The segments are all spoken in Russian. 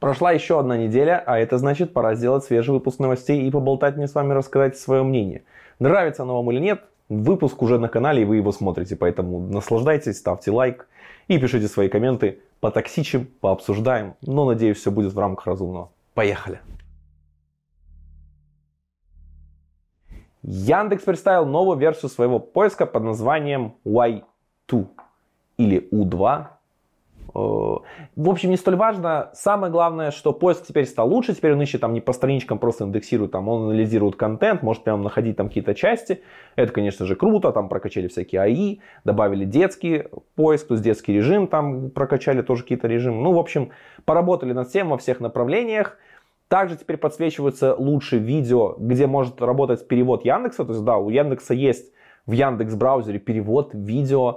Прошла еще одна неделя, а это значит, пора сделать свежий выпуск новостей и поболтать мне с вами, рассказать свое мнение. Нравится оно вам или нет, выпуск уже на канале, и вы его смотрите, поэтому наслаждайтесь, ставьте лайк и пишите свои комменты, потоксичим, пообсуждаем, но надеюсь, все будет в рамках разумного. Поехали! Яндекс представил новую версию своего поиска под названием Y2 или U2. В общем, не столь важно. Самое главное, что поиск теперь стал лучше. Теперь он ищет там не по страничкам, просто индексирует, там, он анализирует контент, может прямо находить там какие-то части. Это, конечно же, круто. Там прокачали всякие АИ, добавили детский поиск, то есть детский режим, там прокачали тоже какие-то режимы. Ну, в общем, поработали над всем во всех направлениях. Также теперь подсвечиваются лучшие видео, где может работать перевод Яндекса. То есть, да, у Яндекса есть в Яндекс браузере перевод видео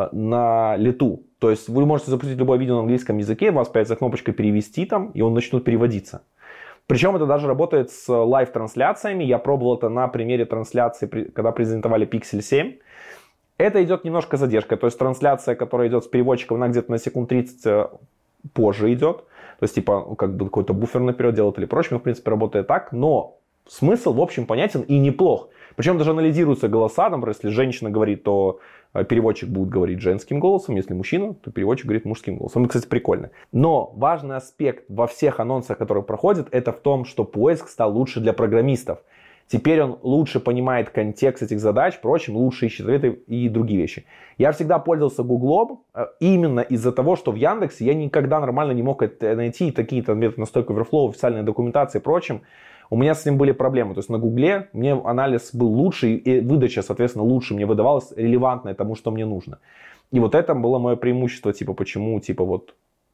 на лету. То есть вы можете запустить любое видео на английском языке, у вас появится кнопочка перевести там, и он начнет переводиться. Причем это даже работает с лайв-трансляциями. Я пробовал это на примере трансляции, когда презентовали Pixel 7. Это идет немножко задержкой. То есть трансляция, которая идет с переводчиком, она где-то на секунд 30 позже идет. То есть типа как бы какой-то буфер наперед делает или прочее. В принципе, работает так. Но смысл, в общем, понятен и неплох. Причем даже анализируются голоса. Например, если женщина говорит, то переводчик будет говорить женским голосом. Если мужчина, то переводчик говорит мужским голосом. Это, кстати, прикольно. Но важный аспект во всех анонсах, которые проходят, это в том, что поиск стал лучше для программистов. Теперь он лучше понимает контекст этих задач, впрочем, лучше ищет ответы и другие вещи. Я всегда пользовался Гуглом именно из-за того, что в Яндексе я никогда нормально не мог это найти. Такие-то методы на Stack Overflow, официальная документация и прочим. У меня с ним были проблемы. То есть на Гугле мне анализ был лучше, и выдача, соответственно, лучше мне выдавалась, релевантная тому, что мне нужно. И вот это было мое преимущество, типа, почему, типа, вот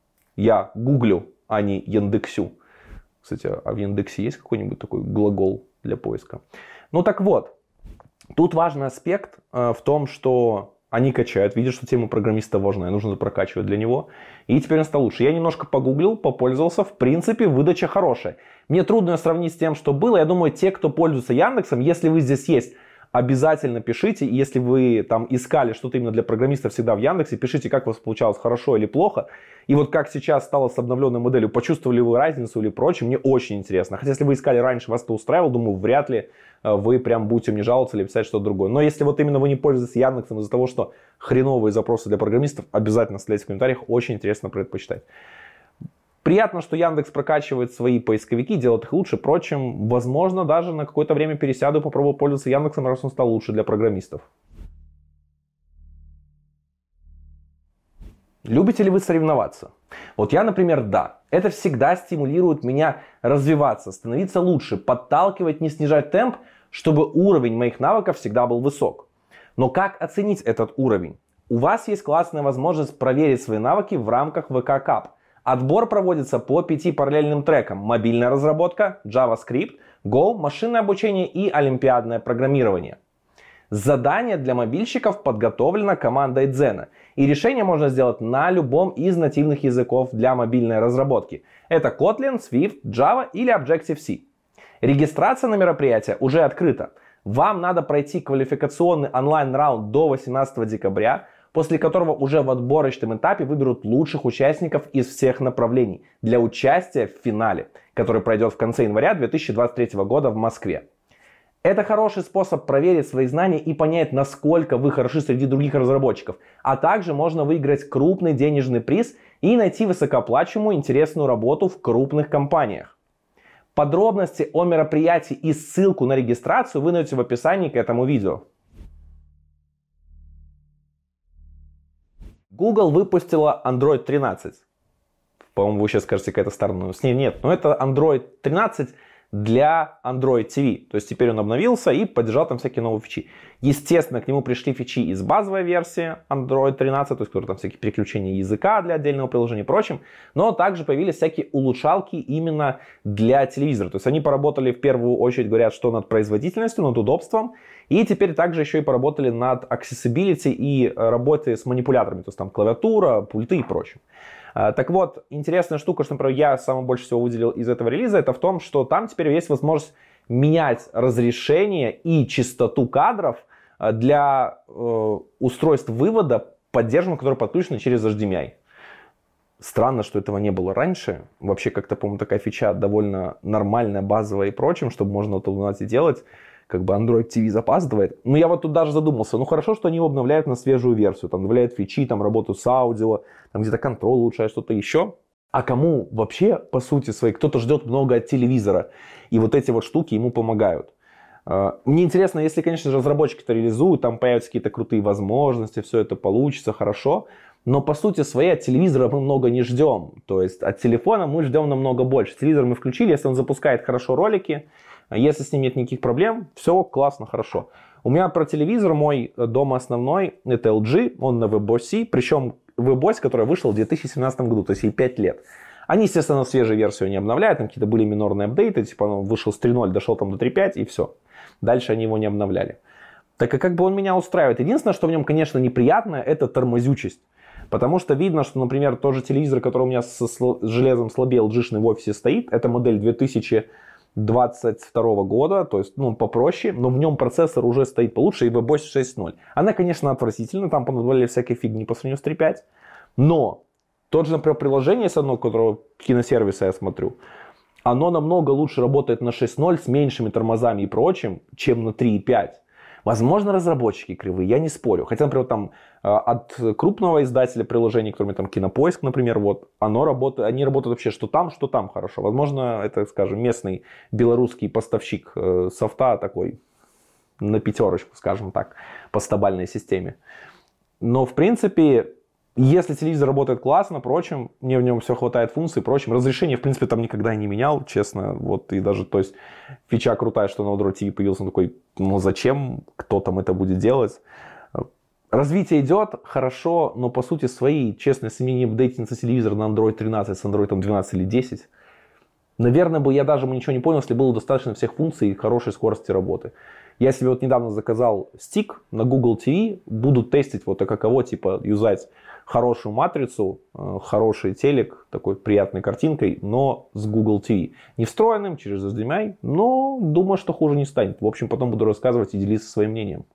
я гуглю, а не яндексю. Кстати, а в Яндексе есть какой-нибудь такой глагол для поиска? Ну так вот, тут важный аспект в том, что они качают, видят, что тема программиста важная, нужно прокачивать для него. И теперь он стал лучше. Я немножко погуглил, попользовался. В принципе, выдача хорошая. Мне трудно ее сравнить с тем, что было. Я думаю, те, кто пользуется Яндексом, если вы здесь есть, обязательно пишите. И если вы там искали что-то именно для программистов всегда в Яндексе, пишите, как у вас получалось, хорошо или плохо. И вот как сейчас стало с обновленной моделью, почувствовали вы разницу или прочее, мне очень интересно. Хотя если вы искали раньше, вас это устраивало, думаю, вряд ли вы прям будете мне жаловаться или писать что-то другое. Но если вот именно вы не пользуетесь Яндексом из-за того, что хреновые запросы для программистов, обязательно оставляйте в комментариях, очень интересно про это почитать. Приятно, что Яндекс прокачивает свои поисковики, делает их лучше. Впрочем, возможно, даже на какое-то время пересяду и попробую пользоваться Яндексом, раз он стал лучше для программистов. Любите ли вы соревноваться? Вот я, например, да. Это всегда стимулирует меня развиваться, становиться лучше, подталкивать, не снижать темп, чтобы уровень моих навыков всегда был высок. Но как оценить этот уровень? У вас есть классная возможность проверить свои навыки в рамках VK Cup. Отбор проводится по 5 параллельным трекам: мобильная разработка, JavaScript, Go, машинное обучение и олимпиадное программирование. Задание для мобильщиков подготовлено командой Дзена, и решение можно сделать на любом из нативных языков для мобильной разработки. Это Kotlin, Swift, Java или Objective-C. Регистрация на мероприятие уже открыта. Вам надо пройти квалификационный онлайн-раунд до 18 декабря, после которого уже в отборочном этапе выберут лучших участников из всех направлений для участия в финале, который пройдет в конце января 2023 года в Москве. Это хороший способ проверить свои знания и понять, насколько вы хороши среди других разработчиков. А также можно выиграть крупный денежный приз и найти высокооплачиваемую интересную работу в крупных компаниях. Подробности о мероприятии и ссылку на регистрацию вы найдете в описании к этому видео. Google выпустила Android 13. По-моему, вы сейчас скажете, какая-то старая. С ней нет, но это Android 13 для Android TV. То есть теперь он обновился и поддержал там всякие новые фичи. Естественно, к нему пришли фичи из базовой версии Android 13, то есть которые там всякие переключения языка для отдельного приложения и прочим. Но также появились всякие улучшалки именно для телевизора. То есть они поработали в первую очередь, говорят, что над производительностью, над удобством. И теперь также еще и поработали над accessibility и работой с манипуляторами. То есть там клавиатура, пульты и прочим. Так вот, интересная штука, что, например, я самое больше всего выделил из этого релиза, это в том, что там теперь есть возможность менять разрешение и частоту кадров для устройств вывода, поддержанных, которые подключены через HDMI. Странно, что этого не было раньше. Вообще, как-то, по-моему, такая фича довольно нормальная, базовая и прочим, чтобы можно это в Lunatic делать. Как бы Android TV запаздывает. Но я вот тут даже задумался. Ну хорошо, что они его обновляют на свежую версию. Там добавляют фичи, там работу с аудио, там где-то контроль улучшает, что-то еще. А кому вообще, по сути своей, кто-то ждет много от телевизора. И вот эти вот штуки ему помогают. Мне интересно, если, конечно же, разработчики это реализуют, там появятся какие-то крутые возможности, все это получится хорошо. Но по сути своей от телевизора мы много не ждем. То есть от телефона мы ждем намного больше. Телевизор мы включили, если он запускает хорошо ролики, если с ним нет никаких проблем, все классно, хорошо. У меня про телевизор мой дома основной, это LG, он на WebOS, причем WebOS, который вышел в 2017 году, то есть ей 5 лет. Они, естественно, свежую версию не обновляют, там какие-то были минорные апдейты, типа он вышел с 3.0, дошел там до 3.5 и все. Дальше они его не обновляли. Так и как бы он меня устраивает. Единственное, что в нем, конечно, неприятное, это тормозючесть. Потому что видно, что, например, тот же телевизор, который у меня с железом слабее LG-шный в офисе стоит, это модель 2022 года, то есть попроще, но в нем процессор уже стоит получше и WebOS 6.0. Она, конечно, отвратительна, там понадобали всякой фигни по сравнению с 3.5, но тот же, например, приложение с одного, которого киносервиса я смотрю, оно намного лучше работает на 6.0 с меньшими тормозами и прочим, чем на 3.5. Возможно, разработчики кривые, я не спорю. Хотя, например, там от крупного издателя приложений, которыми там Кинопоиск, например, вот, они работают вообще что там хорошо. Возможно, это, скажем, местный белорусский поставщик софта такой на пятерочку, скажем так, по стабильной системе. Но, в принципе, если телевизор работает классно, прочим, мне в нем все хватает функций, прочим, разрешение, в принципе, там никогда и не менял, честно, вот, и даже, то есть, фича крутая, что на Android TV появился, он такой, зачем, кто там это будет делать? Развитие идет, хорошо, но, по сути, свои, честно, если мне не апдейтится телевизор на Android 13 с Android 12 или 10, наверное, я даже ничего не понял, если было достаточно всех функций и хорошей скорости работы. Я себе вот недавно заказал стик на Google TV, буду тестить вот каково, типа, юзать хорошую матрицу, хороший телек, такой приятной картинкой, но с Google TV. Не встроенным, через HDMI, но думаю, что хуже не станет. В общем, потом буду рассказывать и делиться своим мнением.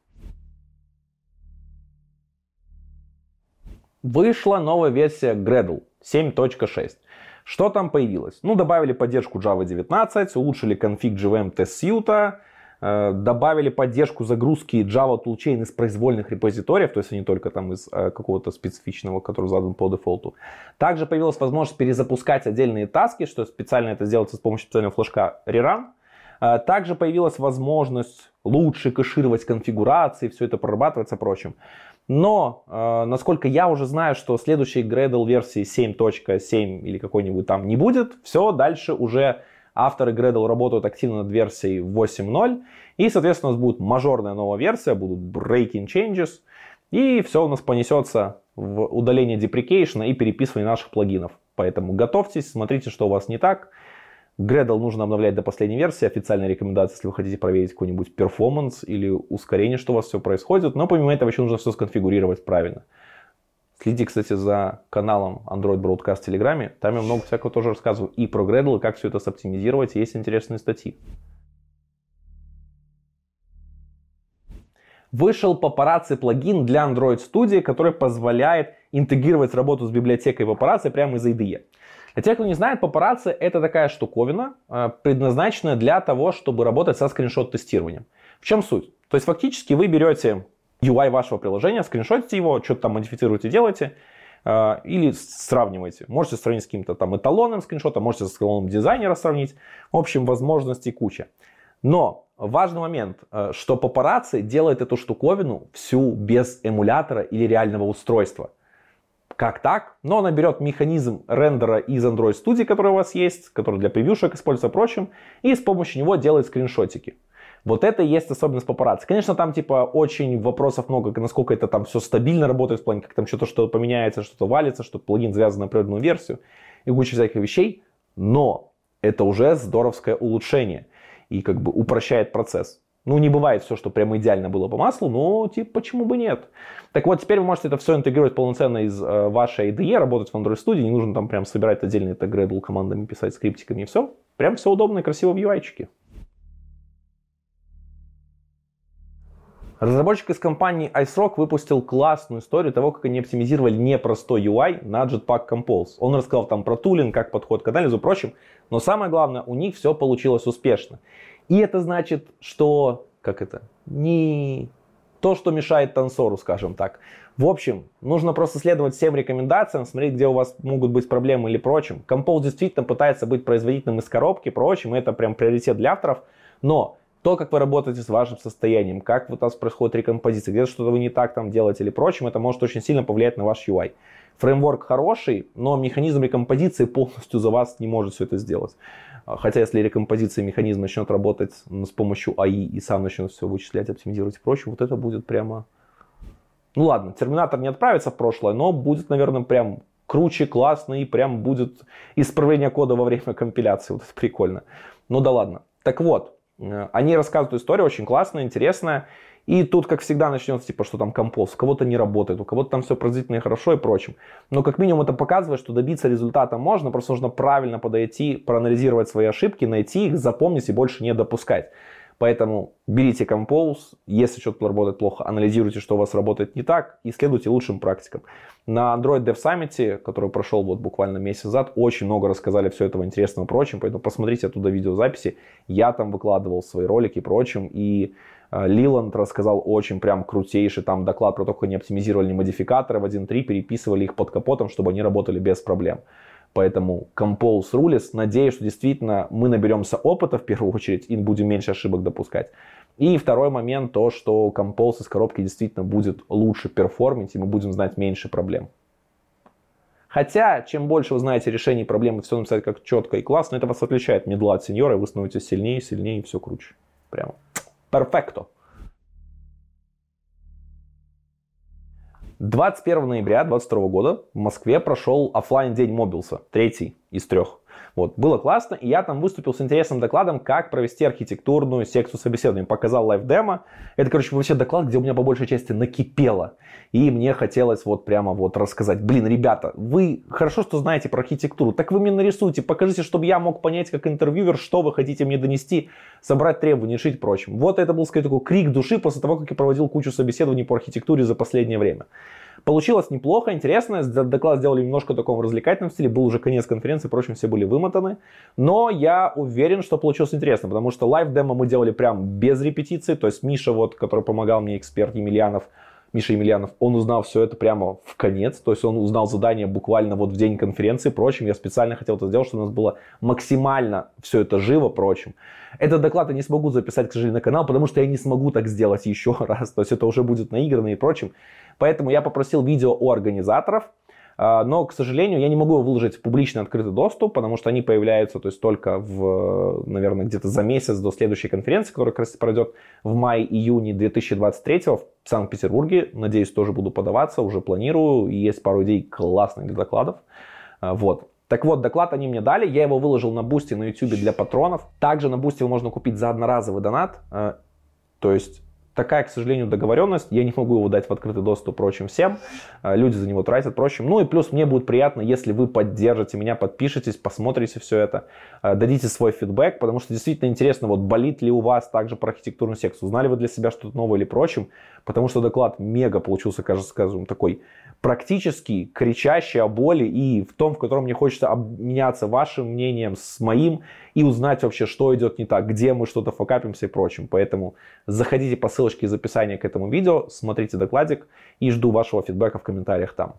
Вышла новая версия Gradle 7.6. Что там появилось? Добавили поддержку Java 19, улучшили конфиг JVM Test Suite, добавили поддержку загрузки Java Toolchain из произвольных репозиториев, то есть не только там из какого-то специфичного, который задан по дефолту. Также появилась возможность перезапускать отдельные таски, что специально это сделается с помощью специального флажка Rerun. Также появилась возможность лучше кэшировать конфигурации, все это прорабатывается, прочим. Но, насколько я уже знаю, что следующей Gradle версии 7.7 или какой-нибудь там не будет, все, дальше уже авторы Gradle работают активно над версией 8.0, и, соответственно, у нас будет мажорная новая версия, будут breaking changes, и все у нас понесется в удаление deprecation и переписывание наших плагинов. Поэтому готовьтесь, смотрите, что у вас не так. Gradle нужно обновлять до последней версии, официальная рекомендация, если вы хотите проверить какой-нибудь перформанс или ускорение, что у вас все происходит. Но помимо этого еще нужно все сконфигурировать правильно. Следите, кстати, за каналом Android Broadcast в Телеграме. Там я много всякого тоже рассказываю и про Gradle, и как все это соптимизировать. Есть интересные статьи. Вышел Paparazzi плагин для Android Studio, который позволяет интегрировать работу с библиотекой Paparazzi прямо из IDE. Для тех, кто не знает, Paparazzi это такая штуковина, предназначенная для того, чтобы работать со скриншот-тестированием. В чем суть? То есть фактически вы берете UI вашего приложения, скриншотите его, что-то там модифицируете, делаете, или сравниваете. Можете сравнить с каким-то там эталонным скриншотом, можете с эталоном дизайнера сравнить. В общем, возможностей куча. Но важный момент, что Paparazzi делает эту штуковину всю без эмулятора или реального устройства. Как так? Но она берет механизм рендера из Android Studio, который у вас есть, который для превьюшек используется и прочим, и с помощью него делает скриншотики. Вот это и есть особенность Paparazzi. Конечно, там типа очень вопросов много, насколько это там все стабильно работает в плане, как там что-то поменяется, что-то валится, что плагин завязан на определенную версию и куча всяких вещей. Но это уже здоровское улучшение и как бы упрощает процесс. Не бывает все, что прямо идеально было по маслу, но типа почему бы нет. Так вот, теперь вы можете это все интегрировать полноценно из вашей IDE, работать в Android Studio, не нужно там прям собирать отдельно это Gradle командами, писать скриптиками и все. Прям все удобно и красиво в UI-чике. Разработчик из компании Ice выпустил классную историю того, как они оптимизировали непростой UI на Jetpack Compose. Он рассказал там про тулинг, как подход к анализу и прочим. Но самое главное, у них все получилось успешно. И это значит, что... Не то, что мешает танцору, скажем так. В общем, нужно просто следовать всем рекомендациям, смотреть, где у вас могут быть проблемы или прочим. Compose действительно пытается быть производительным из коробки, прочим, и это прям приоритет для авторов. Но то, как вы работаете с вашим состоянием, как у вас происходит рекомпозиция, где-то что-то вы не так там делаете или прочим, это может очень сильно повлиять на ваш UI. Фреймворк хороший, но механизм рекомпозиции полностью за вас не может все это сделать. Хотя если рекомпозиция механизм начнет работать с помощью AI и сам начнет все вычислять, оптимизировать и прочее, вот это будет прямо... Ну ладно, Терминатор не отправится в прошлое, но будет, наверное, прям круче, классно и прям будет исправление кода во время компиляции. Вот это прикольно. Ну да ладно. Так вот. Они рассказывают историю, очень классная, интересная. И тут, как всегда, начнется, типа, что там композ. У кого-то не работает, у кого-то там все производительно и хорошо и прочим. Но как минимум это показывает, что добиться результата можно. Просто нужно правильно подойти, проанализировать свои ошибки, найти их, запомнить и больше не допускать. Поэтому берите Compose, если что-то работает плохо, анализируйте, что у вас работает не так, и следуйте лучшим практикам. На Android Dev Summit, который прошел вот буквально месяц назад, очень много рассказали все этого интересного и прочим, поэтому посмотрите оттуда видеозаписи. Я там выкладывал свои ролики и прочим, и Лиланд рассказал очень прям крутейший там доклад про то, как они оптимизировали модификаторы в 1.3, переписывали их под капотом, чтобы они работали без проблем. Поэтому Compose Rules. Надеюсь, что действительно мы наберемся опыта в первую очередь и будем меньше ошибок допускать. И второй момент, то, что Compose из коробки действительно будет лучше перформить, и мы будем знать меньше проблем. Хотя, чем больше вы знаете решений проблем и все написать как четко и классно, это вас отличает медла от сеньора, и вы становитесь сильнее, сильнее и все круче. Прямо перфекто. 21 ноября 2022 года в Москве прошел офлайн день Мобилса, 3 из 3. Вот, было классно, и я там выступил с интересным докладом, как провести архитектурную секцию собеседования. Показал лайв-демо. Это, короче, вообще доклад, где у меня по большей части накипело. И мне хотелось вот прямо вот рассказать. Блин, ребята, вы хорошо, что знаете про архитектуру. Так вы мне нарисуйте, покажите, чтобы я мог понять, как интервьюер, что вы хотите мне донести, собрать требования, решить прочим. Вот это был, скорее, такой крик души после того, как я проводил кучу собеседований по архитектуре за последнее время. Получилось неплохо, интересно. Доклад сделали немножко в таком развлекательном стиле. Был уже конец конференции, впрочем, все были вымотаны. Но я уверен, что получилось интересно, потому что лайв-демо мы делали прям без репетиции. То есть Миша, вот, который помогал мне, эксперт Миша Емельянов, он узнал все это прямо в конец. То есть он узнал задание буквально вот в день конференции. Впрочем, я специально хотел это сделать, чтобы у нас было максимально все это живо. Впрочем, этот доклад я не смогу записать, к сожалению, на канал, потому что я не смогу так сделать еще раз. То есть это уже будет наиграно и прочим. Поэтому я попросил видео у организаторов. Но, к сожалению, я не могу его выложить в публичный открытый доступ, потому что они появляются, то есть только наверное, где-то за месяц до следующей конференции, которая как раз пройдет в мае-июне 2023 в Санкт-Петербурге. Надеюсь, тоже буду подаваться, уже планирую, и есть пару идей классных для докладов. Вот. Так вот, доклад они мне дали, я его выложил на Boosty, на YouTube для патронов. Также на Boosty его можно купить за одноразовый донат, то есть... Такая, к сожалению, договоренность. Я не могу его дать в открытый доступ прочим всем. Люди за него тратят прочим. Ну и плюс мне будет приятно, если вы поддержите меня, подпишитесь, посмотрите все это, дадите свой фидбэк, потому что действительно интересно, вот болит ли у вас также про архитектурную секцию, узнали вы для себя что-то новое или прочим, потому что доклад мега получился, кажется, скажем, такой практически кричащий о боли и в том, в котором мне хочется обменяться вашим мнением с моим и узнать вообще, что идет не так, где мы что-то факапимся и прочим. Поэтому заходите по ссылочке из описания к этому видео, смотрите докладик и жду вашего фидбэка в комментариях там.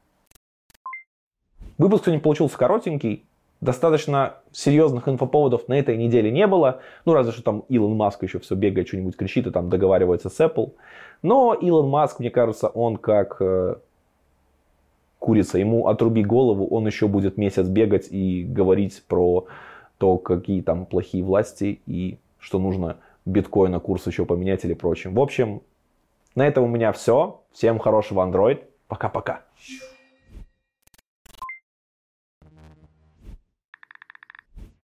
Выпуск сегодня получился коротенький. Достаточно серьезных инфоповодов на этой неделе не было. Ну, разве что там Илон Маск еще все бегает, что-нибудь кричит и там договаривается с Apple. Но Илон Маск, мне кажется, он как курица. Ему отруби голову, он еще будет месяц бегать и говорить про то, какие там плохие власти и что нужно биткоина курс еще поменять или прочим. В общем, на этом у меня все. Всем хорошего Android. Пока-пока.